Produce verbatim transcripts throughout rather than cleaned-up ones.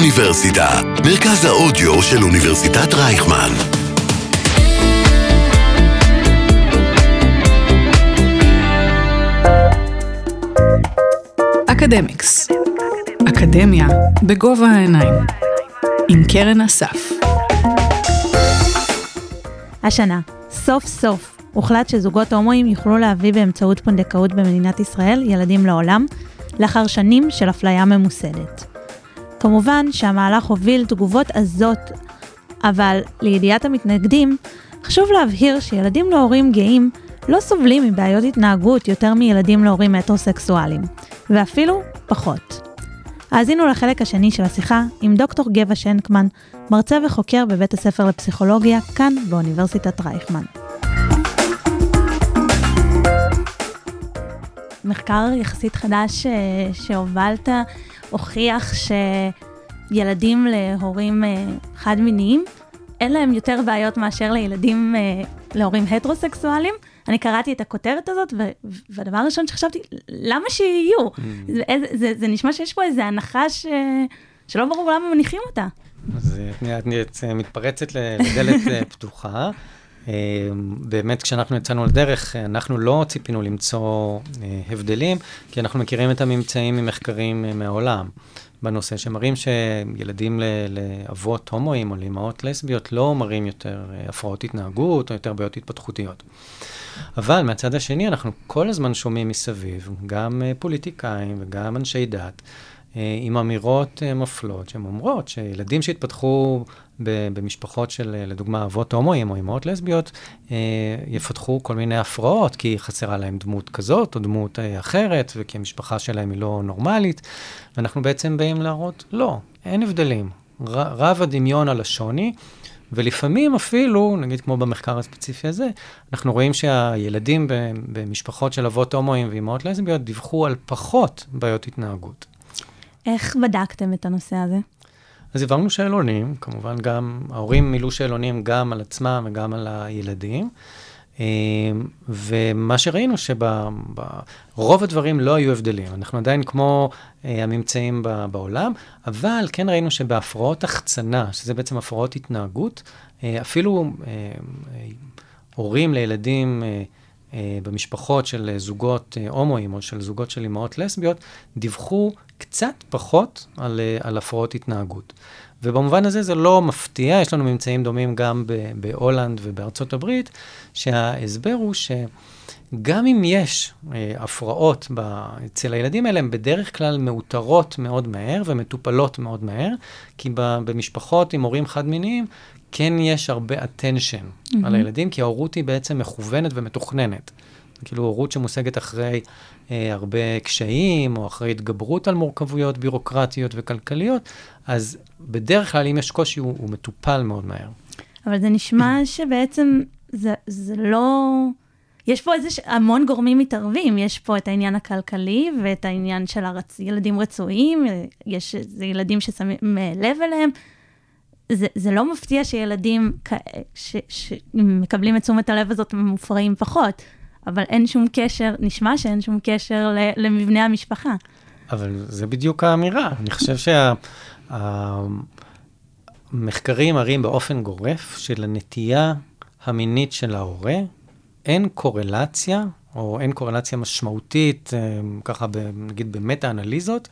האוניברסיטה, מרכז האודיו של אוניברסיטת רייכמן. אקדמיקס. אקדמיה בגובה העיניים. עם קרן אסף. השנה, סוף סוף, הוחלט שזוגות הומואים יוכלו להביא באמצעות פונדקאות במדינת ישראל ילדים לעולם, לאחר שנים של אפליה ממוסדת. כמובן שהמהלך הוביל תגובות עזות, אבל לידיעת המתנגדים, חשוב להבהיר שילדים להורים גאים לא סובלים מבעיות התנהגות יותר מילדים להורים הטרוסקסואלים, ואפילו פחות. האזינו לחלק השני של השיחה עם דוקטור גבע שנקמן, מרצה וחוקר בבית הספר לפסיכולוגיה, כאן באוניברסיטת רייכמן. מחקר יחסית חדש שהובלת הוכיח שילדים להורים חד-מיניים, אין להם יותר בעיות מאשר לילדים להורים הטרוסקסואלים. אני קראתי את הכותרת הזאת, והדבר הראשון שחשבתי, למה שיהיו? זה, זה, זה נשמע שיש פה איזו הנחה ש... שלא ברור למה מניחים אותה. אז את מתפרצת לדלת פתוחה. באמת כשאנחנו יצאנו לדרך, אנחנו לא ציפינו למצוא הבדלים, כי אנחנו מכירים את הממצאים ממחקרים מהעולם, בנושא שמראים שילדים לאבות הומואים או לאמהות לסביות לא מראים יותר הפרעות התנהגות או יותר בעיות התפתחותיות. אבל מהצד השני אנחנו כל הזמן שומעים מסביב, גם פוליטיקאים וגם אנשי דת, עם אמירות מפלות, שהן אומרות שילדים שהתפתחו במשפחות של, לדוגמה, אבות הומואים או אמהות לסביות, יפתחו כל מיני הפרעות, כי חסרה להם דמות כזאת או דמות אחרת, וכי המשפחה שלהם היא לא נורמלית, ואנחנו בעצם באים להראות, לא, אין הבדלים. רב הדמיון על השוני, ולפעמים אפילו, נגיד כמו במחקר הספציפי הזה, אנחנו רואים שהילדים במשפחות של אבות הומואים ואמהות לסביות דיווחו על פחות בעיות התנהגות. איך בדקתם את הנושא הזה? אז העברנו שאלונים, כמובן גם, ההורים מילאו שאלונים גם על עצמם וגם על הילדים, ומה שראינו שברוב הדברים לא היו הבדלים. אנחנו עדיין כמו הממצאים בעולם, אבל כן ראינו שבהפרעות החצנה, שזה בעצם הפרעות התנהגות, אפילו הורים לילדים במשפחות של זוגות הומואים או של זוגות של אמהות לסביות, דיווחו קצת פחות על, על הפרעות התנהגות. ובמובן הזה זה לא מפתיע, יש לנו ממצאים דומים גם בהולנד ובארצות הברית, שההסבר הוא שגם אם יש הפרעות אצל הילדים האלה, הן בדרך כלל מאותרות מאוד מהר ומטופלות מאוד מהר, כי במשפחות עם הורים חד-מיניים, כן יש הרבה attention mm-hmm. על הילדים, כי ההורות היא בעצם מכוונת ומתוכננת. כאילו הורות שמושגת אחרי אה, הרבה קשיים, או אחרי התגברות על מורכבויות בירוקרטיות וכלכליות, אז בדרך כלל אם יש קושי הוא, הוא מטופל מאוד מהר. אבל זה נשמע שבעצם זה, זה לא... יש פה איזה ש... המון גורמים מתערבים, יש פה את העניין הכלכלי, ואת העניין של הרצ... ילדים רצויים, יש ילדים ששמים לב אליהם, זה, זה לא מפתיע שילדים ש, שמקבלים את תשומת הלב הזאת מופרעים פחות, אבל אין שום קשר, נשמע שאין שום קשר למבנה המשפחה. אבל זה בדיוק האמירה. אני חושב שהמחקרים מראים באופן גורף של הנטייה המינית של ההורה, אין קורלציה, או אין קורלציה משמעותית, ככה נגיד במטה-אנליזות,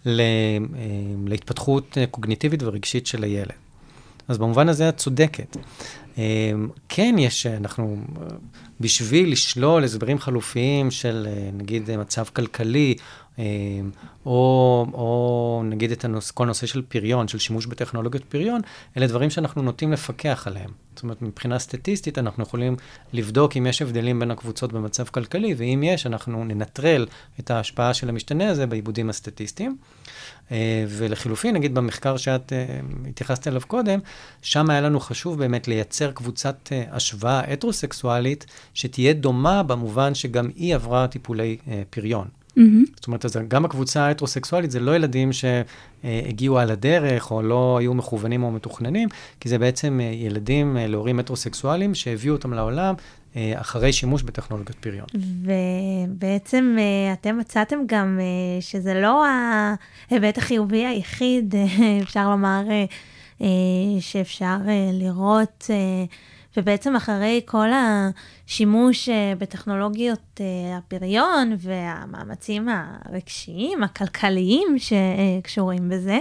להתפתחות קוגניטיבית ורגשית של הילד. אז במובן הזה את צודקת. כן יש, אנחנו, בשביל לשלול הסברים חלופיים של נגיד מצב כלכלי, או, או נגיד את הנוס, כל נושא של פריון, של שימוש בטכנולוגיות פריון, אלה דברים שאנחנו נוטים לפקח עליהם. זאת אומרת, מבחינה סטטיסטית אנחנו יכולים לבדוק אם יש הבדלים בין הקבוצות במצב כלכלי, ואם יש, אנחנו ננטרל את ההשפעה של המשתנה הזה בעיבודים הסטטיסטיים. ולחילופין, נגיד במחקר שאת התייחסת אליו קודם, שם היה לנו חשוב באמת לייצר קבוצת השוואה הטרוסקסואלית, שתהיה דומה במובן שגם היא עברה טיפולי פריון. Mm-hmm. זאת אומרת, אז גם הקבוצה ההטרוסקסואלית זה לא ילדים שהגיעו על הדרך, או לא היו מכוונים או מתוכננים, כי זה בעצם ילדים להורים הטרוסקסואליים שהביאו אותם לעולם אחרי שימוש בטכנולוגיות פריון. ובעצם אתם מצאתם גם שזה לא ההיבט החיובי היחיד, אפשר לומר שאפשר לראות, ובעצם אחרי כל השימוש בטכנולוגיות הפריון והמאמצים הרגשיים, הכלכליים שקשורים בזה,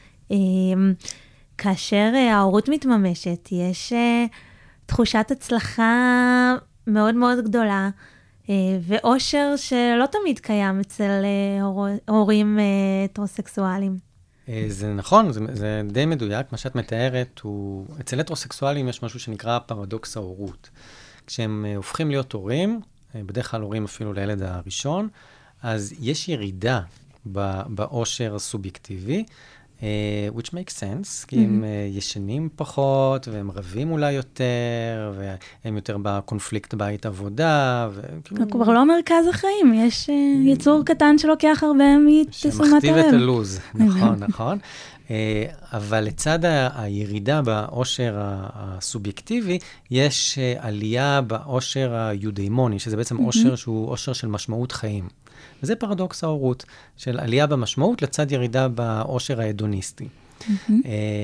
כאשר ההורות מתממשת, יש תחושת הצלחה מאוד מאוד גדולה, ואושר שלא תמיד קיים אצל הורים הטרוסקסואלים. זה נכון, זה, זה די מדויק. מה שאת מתארת הוא, אצל הטרוסקסואלים יש משהו שנקרא פרדוקס ההורות. כשהם הופכים להיות הורים, בדרך כלל הורים אפילו לילד הראשון, אז יש ירידה באושר הסובייקטיבי, which makes sense, כי הם ישנים פחות, והם רבים אולי יותר, והם יותר בקונפליקט בית עבודה. כבר לא מרכז החיים, יש יצור קטן שלוקח הרבה מתשומת הלב. שמכתיב את הלוז, נכון, נכון. אבל לצד הירידה באושר הסובייקטיבי, יש עלייה באושר היודיימוני, שזה בעצם אושר שהוא אושר של משמעות חיים. וזה פרדוקס ההורות, של עלייה במשמעות לצד ירידה באושר ההדוניסטי. Mm-hmm.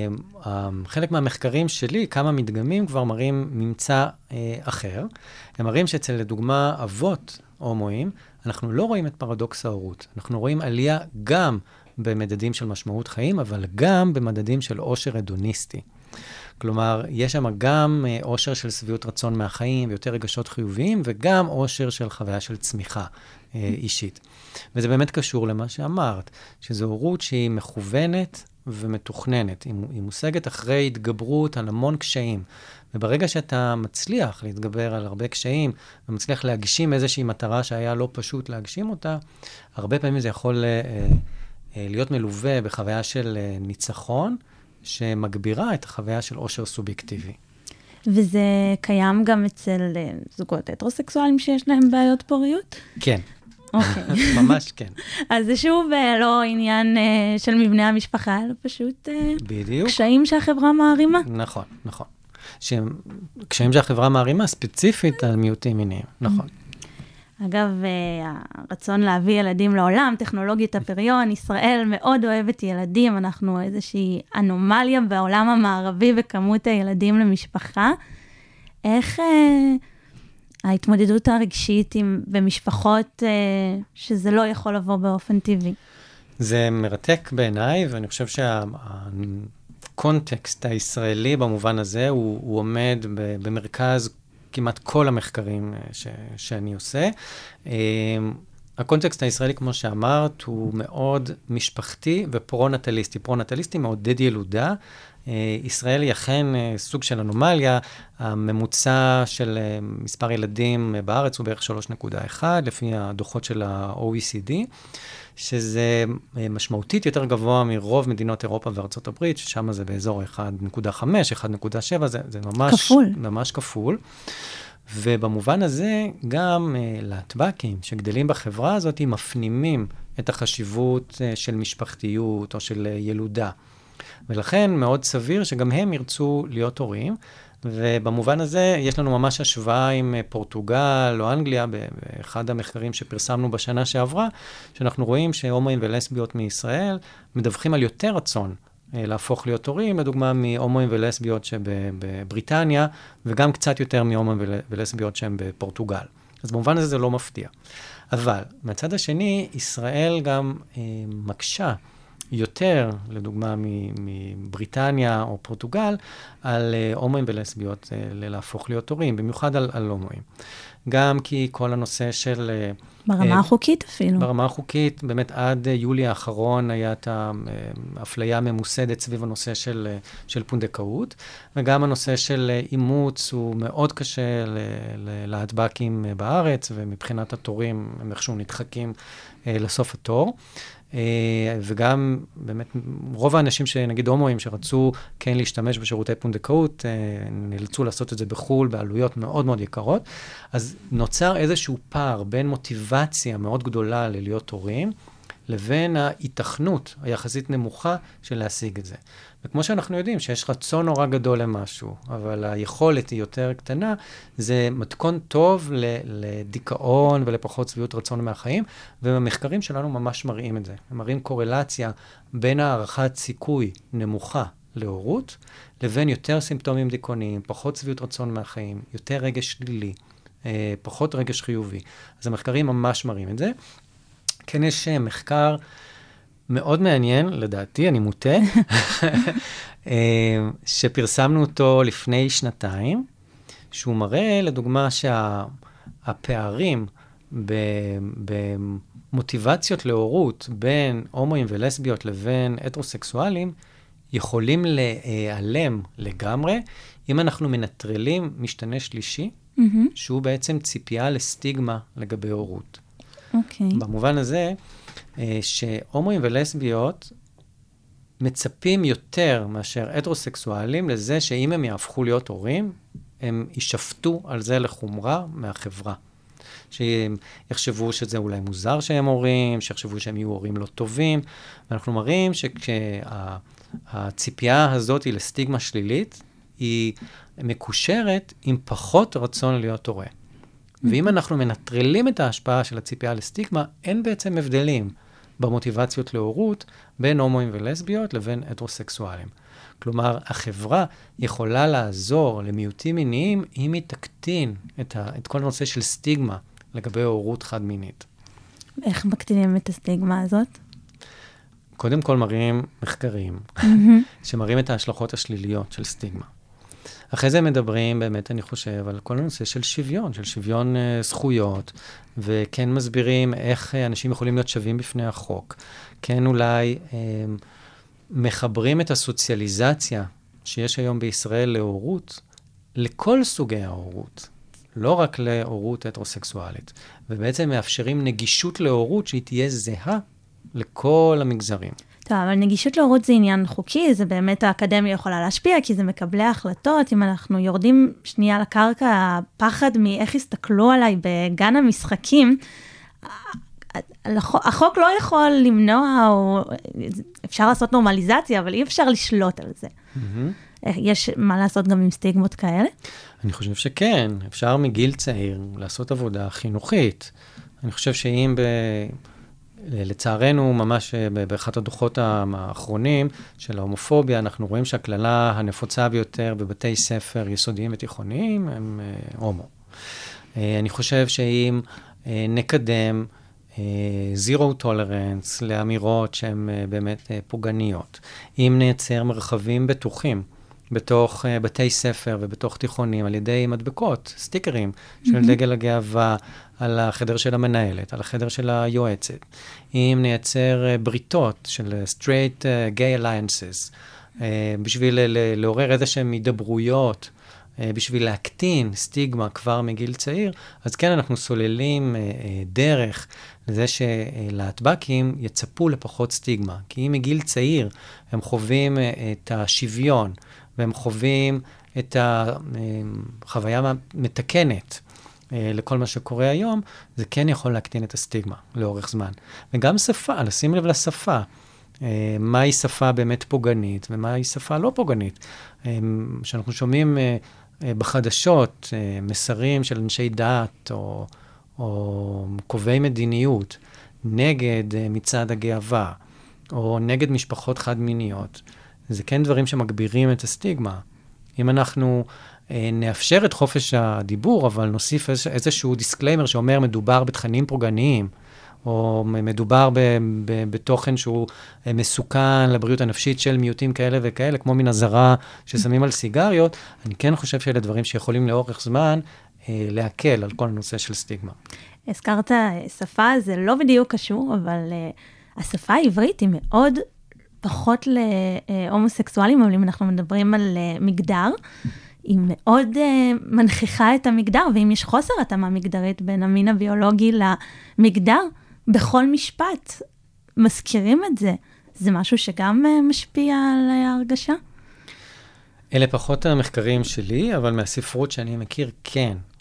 חלק מהמחקרים שלי, כמה מדגמים כבר מראים ממצא אחר. הם מראים שאצל לדוגמה אבות הומואים, אנחנו לא רואים את פרדוקס ההורות. אנחנו רואים עלייה גם במדדים של משמעות חיים, אבל גם במדדים של אושר הדוניסטי. כלומר, יש שם גם אושר של שביעות רצון מהחיים, ויותר רגשות חיוביים, וגם אושר של חוויה של צמיחה אה, אישית. וזה באמת קשור למה שאמרת, שזו הורות שהיא מכוונת ומתוכננת. היא, היא מושגת אחרי התגברות על המון קשיים. וברגע שאתה מצליח להתגבר על הרבה קשיים, ומצליח להגשים איזושהי מטרה שהיה לא פשוט להגשים אותה, הרבה פעמים זה יכול אה, אה, להיות מלווה בחוויה של אה, ניצחון, שמגבירה את החוויה של אושר סובייקטיבי. וזה קיים גם אצל זוגות הטרוסקסואלים שיש להם בעיות פוריות? כן. אוקיי. ממש כן. אז זה שוב לא עניין של מבנה המשפחה, אלא פשוט בדיוק. קשיים שהחברה מערימה. נכון, נכון. קשיים שהחברה מערימה ספציפית על מיעוטים מיניים, נכון. אגב, הרצון להביא ילדים לעולם, טכנולוגית הפריון, ישראל מאוד אוהבת ילדים, אנחנו איזושהי אנומליה בעולם המערבי בכמות הילדים למשפחה. איך אה, ההתמודדות הרגשית עם, במשפחות אה, שזה לא יכול לבוא באופן טבעי? זה מרתק בעיניי, ואני חושב שהקונטקסט הישראלי במובן הזה, הוא, הוא עומד במרכז כמעט כל המחקרים ש, שאני עושה. הקונטקסט הישראלי, כמו שאמרת, הוא מאוד משפחתי ופרו-נטליסטי. פרו-נטליסטי מעודד ילודה. ישראל היא אכן סוג של אנומליה. הממוצע של מספר ילדים בארץ הוא בערך שלוש נקודה אחת, לפי הדוחות של ה-O E C D, שזה משמעותית יותר גבוה מרוב מדינות אירופה וארצות הברית, ששם זה באזור אחת נקודה חמש, אחת נקודה שבע, זה, זה ממש כפול. ממש כפול. ובמובן הזה, גם uh, להטבקים שגדלים בחברה הזאת, מפנימים את החשיבות uh, של משפחתיות או של uh, ילודה. ולכן מאוד סביר שגם הם ירצו להיות הורים, ובמובן הזה יש לנו ממש השוואה עם פורטוגל או אנגליה, באחד המחקרים שפרסמנו בשנה שעברה, שאנחנו רואים שהומואים ולסביות מישראל מדווחים על יותר רצון להפוך להיות הורים, לדוגמה מהומואים ולסביות שבבריטניה, וגם קצת יותר מהומואים ולסביות שהם בפורטוגל. אז במובן הזה זה לא מפתיע. אבל מהצד השני, ישראל גם אה, מקשה יותר, לדוגמה מבריטניה או פורטוגל, על הומואים ולסביות להפוך להיות הורים, במיוחד על, על הומואים. גם כי כל הנושא של... ברמה אה, החוקית אפילו. ברמה החוקית, באמת עד יולי האחרון היה את האפליה ממוסדת סביב הנושא של, של פונדקאות, וגם הנושא של אימוץ הוא מאוד קשה להטבקים בארץ, ומבחינת התורים הם איכשהו נדחקים לסוף התור. Uh, וגם באמת רוב האנשים שנגיד הומואים שרצו כן להשתמש בשירותי פונדקאות, uh, נאלצו לעשות את זה בחול בעלויות מאוד מאוד יקרות, אז נוצר איזשהו פער בין מוטיבציה מאוד גדולה ללהיות הורים, לבין ההיתכנות היחסית נמוכה של להשיג את זה. וכמו שאנחנו יודעים שיש רצון נורא גדול למשהו, אבל היכולת היא יותר קטנה, זה מתכון טוב לדיכאון ולפחות שביעות רצון מהחיים, והמחקרים שלנו ממש מראים את זה. הם מראים קורלציה בין הערכת סיכוי נמוכה להורות, לבין יותר סימפטומים דיכאוניים, פחות שביעות רצון מהחיים, יותר רגש שלילי, פחות רגש חיובי. אז המחקרים ממש מראים את זה. כן, יש מחקר מאוד מעניין, לדעתי, אני מוטה, שפרסמנו אותו לפני שנתיים, שהוא מראה, לדוגמה, שהפערים במוטיבציות להורות בין הומואים ולסביות לבין הטרוסקסואלים, יכולים להיעלם לגמרי, אם אנחנו מנטרלים משתנה שלישי, mm-hmm. שהוא בעצם ציפייה לסטיגמה לגבי הורות. אוקיי. Okay. במובן הזה, שהומואים ולסביות מצפים יותר מאשר הטרוסקסואלים לזה שאם הם יהפכו להיות הורים, הם יישפטו על זה לחומרה מהחברה. שהם יחשבו שזה אולי מוזר שהם הורים, שיחשבו שהם יהיו הורים לא טובים, ואנחנו מראים שכשהציפייה הזאת היא לסטיגמה שלילית, היא מקושרת עם פחות רצון להיות הורה. ואם אנחנו מנטרלים את ההשפעה של הציפייה לסטיגמה, אין בעצם הבדלים במוטיבציות להורות בין הומואים ולסביות לבין הטרוסקסואלים. כלומר, החברה יכולה לעזור למיעוטים מיניים אם היא תקטין את, ה, את כל הנושא של סטיגמה לגבי הורות חד-מינית. איך מקטינים את הסטיגמה הזאת? קודם כל מראים מחקרים שמראים את ההשלכות השליליות של סטיגמה. אחרי זה מדברים, באמת, אני חושב, על כל הנושא של שוויון, של שוויון uh, זכויות, וכן מסבירים איך uh, אנשים יכולים להיות שווים בפני החוק. כן אולי uh, מחברים את הסוציאליזציה שיש היום בישראל להורות, לכל סוגי ההורות, לא רק להורות הטרוסקסואלית, ובעצם מאפשרים נגישות להורות שהיא תהיה זהה לכל המגזרים. טוב, אבל נגישות להורות זה עניין חוקי, זה באמת האקדמיה יכולה להשפיע, כי זה מקבלי ההחלטות. אם אנחנו יורדים שנייה לקרקע, הפחד מאיך יסתכלו עליי בגן המשחקים, החוק לא יכול למנוע, או אפשר לעשות נורמליזציה, אבל אי אפשר לשלוט על זה. יש מה לעשות גם עם סטיגמות כאלה? אני חושב שכן, אפשר מגיל צעיר לעשות עבודה חינוכית. אני חושב שאם ב... לצערנו, ממש באחד הדוחות האחרונים של ההומופוביה, אנחנו רואים שהכללה הנפוצה ביותר בבתי ספר יסודיים ותיכוניים הם הומו. אני חושב שאם נקדם זירו טולרנס לאמירות שהן באמת פוגעניות, אם נייצר מרחבים בטוחים בתוך בתי ספר ובתוך תיכונים על ידי מדבקות, סטיקרים של דגל הגאווה, על החדר של המנהלת, על החדר של היועצת. אם נייצר בריתות של straight gay alliances, בשביל לעורר איזה שהן הידברויות, בשביל להקטין סטיגמה כבר מגיל צעיר, אז כן, אנחנו סוללים דרך לזה שלהטבקים יצפו לפחות סטיגמה. כי אם מגיל צעיר הם חווים את השוויון, והם חווים את החוויה המתקנת, לכל מה שקורה היום, זה כן יכול להקטין את הסטיגמה לאורך זמן. וגם שפה, לשים לב לשפה. מהי שפה באמת פוגענית, ומהי שפה לא פוגענית. שאנחנו שומעים בחדשות מסרים של אנשי דת, או, או קובעי מדיניות, נגד מצעד הגאווה, או נגד משפחות חד-מיניות. זה כן דברים שמגבירים את הסטיגמה. אם אנחנו נאפשר את חופש הדיבור, אבל נוסיף איזשהו דיסקליימר שאומר מדובר בתכנים פוגעניים, או מדובר ב, ב, בתוכן שהוא מסוכן לבריאות הנפשית של מיעוטים כאלה וכאלה, כמו מן הזרה ששמים על סיגריות, אני כן חושב שאלה דברים שיכולים לאורך זמן אה, להקל על כל הנושא של סטיגמה. הזכרת שפה, זה לא בדיוק קשור, אבל אה, השפה העברית היא מאוד פחות להומוסקסואלים, אבל אם אנחנו מדברים על אה, מגדר, היא מאוד uh, מנכיחה את המגדר, ואם יש חוסר התאמה מגדרית בין המין הביולוגי למגדר, בכל משפט מזכירים את זה. זה משהו שגם uh, משפיע על ההרגשה? אלה פחות המחקרים שלי, אבל מהספרות שאני מכיר, כן.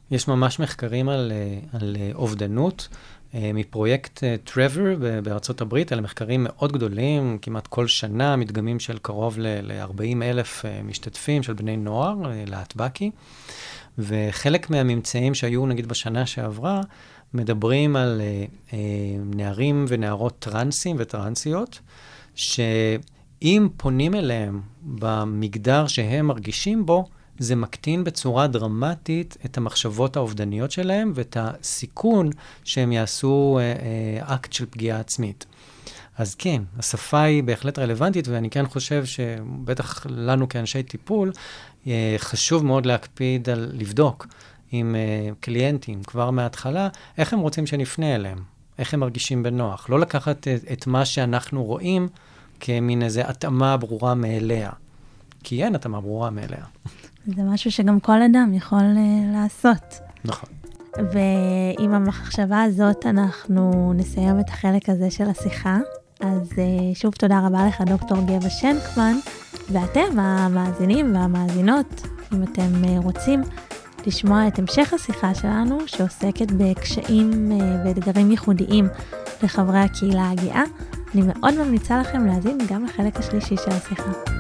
יש ממש מחקרים על, על אובדנות, מפרויקט טרוור בארצות הברית, אלה מחקרים מאוד גדולים, כמעט כל שנה, מדגמים של קרוב ל-ארבעים אלף משתתפים של בני נוער, להטבקי, וחלק מהממצאים שהיו, נגיד, בשנה שעברה, מדברים על נערים ונערות טרנסים וטרנסיות, שאם פונים אליהם במגדר שהם מרגישים בו, זה מקטין בצורה דרמטית את המחשבות האובדניות שלהם, ואת הסיכון שהם יעשו אה, אה, אקט של פגיעה עצמית. אז כן, השפה היא בהחלט רלוונטית, ואני כן חושב שבטח לנו כאנשי טיפול, אה, חשוב מאוד להקפיד על לבדוק עם אה, קליינטים כבר מההתחלה, איך הם רוצים שנפנה אליהם, איך הם מרגישים בנוח. לא לקחת את, את מה שאנחנו רואים כמין איזו התאמה ברורה מאליה. כי אין התאמה ברורה מאליה. זה משהו שגם כל אדם יכול uh, לעשות. נכון. ועם המחשבה הזאת אנחנו נסיים את החלק הזה של השיחה. אז uh, שוב תודה רבה לך דוקטור גבע שנקמן, ואתם המאזינים והמאזינות, אם אתם uh, רוצים לשמוע את המשך השיחה שלנו, שעוסקת בקשיים uh, ואתגרים ייחודיים לחברי הקהילה הגאה, אני מאוד ממליצה לכם להאזין גם לחלק השלישי של השיחה.